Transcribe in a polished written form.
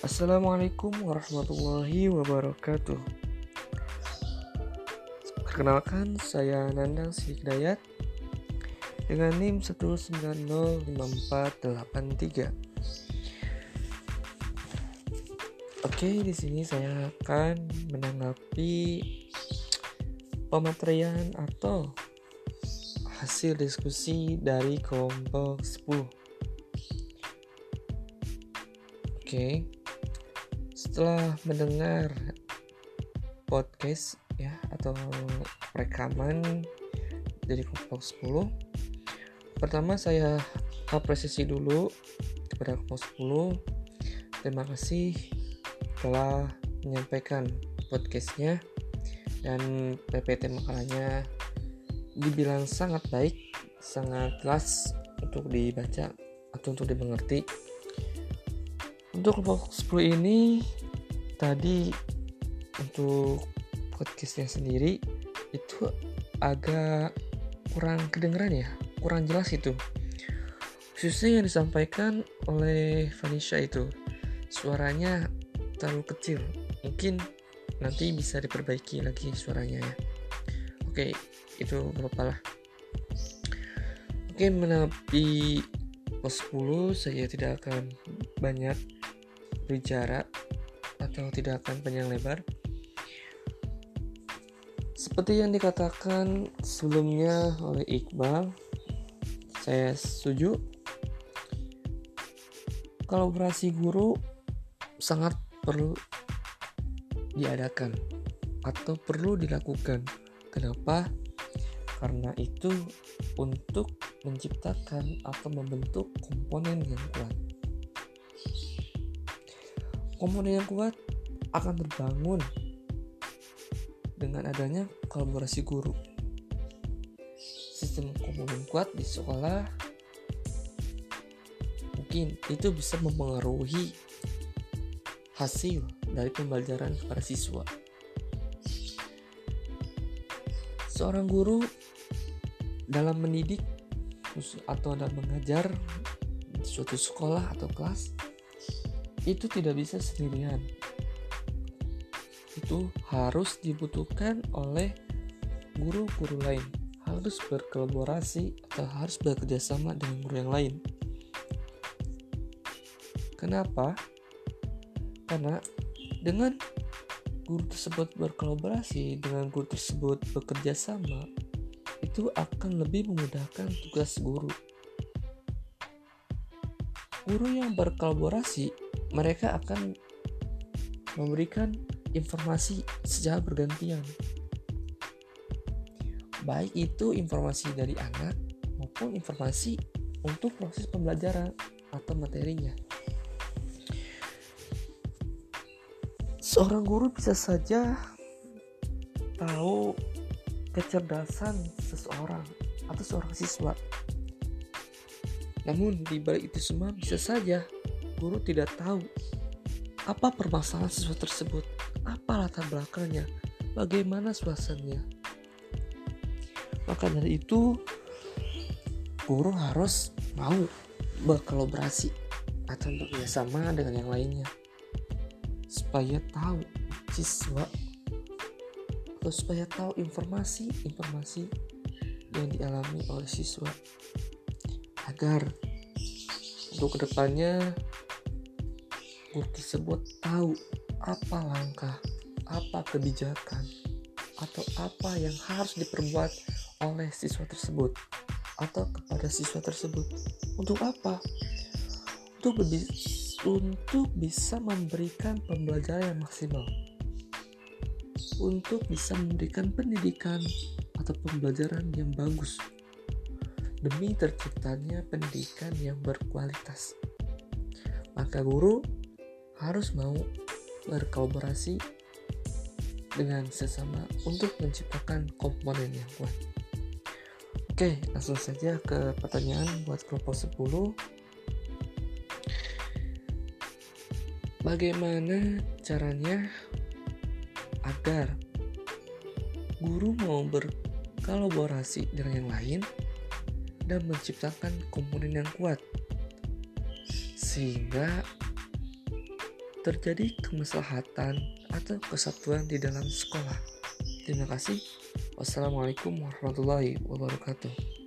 Assalamualaikum warahmatullahi wabarakatuh. Perkenalkan, saya Nandang Hidayat dengan NIM 1905483. Oke, di sini saya akan menanggapi pematerian atau hasil diskusi dari kelompok 10. Oke. Setelah mendengar podcast ya atau rekaman dari kelompok 10, pertama saya apresiasi dulu kepada kelompok 10. Terima kasih telah menyampaikan podcastnya, dan PPT makalahnya dibilang sangat baik, sangat jelas untuk dibaca atau untuk dimengerti. Untuk kelompok 10 ini tadi untuk podcastnya sendiri itu agak kurang kedengeran ya, kurang jelas itu. Khususnya yang disampaikan oleh Vanisha itu suaranya terlalu kecil. Mungkin nanti bisa diperbaiki lagi suaranya ya. Oke, itu berapa lah. Oke, menepi pos 10 saya tidak akan banyak bicara atau tidak akan panjang lebar. Seperti yang dikatakan sebelumnya oleh Iqbal, saya setuju. Kolaborasi guru sangat perlu diadakan atau perlu dilakukan. Kenapa? Karena itu untuk menciptakan atau membentuk komponen yang kuat. Komponen yang kuat akan terbangun dengan adanya kolaborasi guru. Sistem komponen kuat di sekolah mungkin itu bisa mempengaruhi hasil dari pembelajaran para siswa. Seorang guru dalam mendidik atau dalam mengajar di suatu sekolah atau kelas itu tidak bisa sendirian. Itu harus dibutuhkan oleh guru-guru lain, harus berkolaborasi atau harus bekerjasama dengan guru yang lain. Kenapa? Karena dengan guru tersebut berkolaborasi, dengan guru tersebut bekerja sama, itu akan lebih memudahkan tugas guru. Guru yang berkolaborasi, mereka akan memberikan informasi secara bergantian. Baik itu informasi dari anak maupun informasi untuk proses pembelajaran atau materinya. Seorang guru bisa saja tahu kecerdasan seseorang atau seorang siswa. Namun di balik itu semua bisa saja guru tidak tahu apa permasalahan siswa tersebut, apa latar belakangnya, bagaimana suasananya. Maka dari itu guru harus mau berkolaborasi atau bekerjasama dengan yang lainnya supaya tahu siswa atau supaya tahu informasi yang dialami oleh siswa, agar untuk kedepannya guru tersebut tahu apa langkah, apa kebijakan, atau apa yang harus diperbuat oleh siswa tersebut atau kepada siswa tersebut. Untuk apa? Untuk bisa memberikan pembelajaran yang maksimal, untuk bisa memberikan pendidikan atau pembelajaran yang bagus, demi terciptanya pendidikan yang berkualitas. Maka guru harus mau berkolaborasi dengan sesama untuk menciptakan komponen yang kuat. Oke, langsung saja ke pertanyaan buat kelompok 10. Bagaimana caranya agar guru mau berkolaborasi dengan yang lain dan menciptakan komponen yang kuat, sehingga terjadi kemaslahatan atau kesatuan di dalam sekolah. Terima kasih. Wassalamualaikum warahmatullahi wabarakatuh.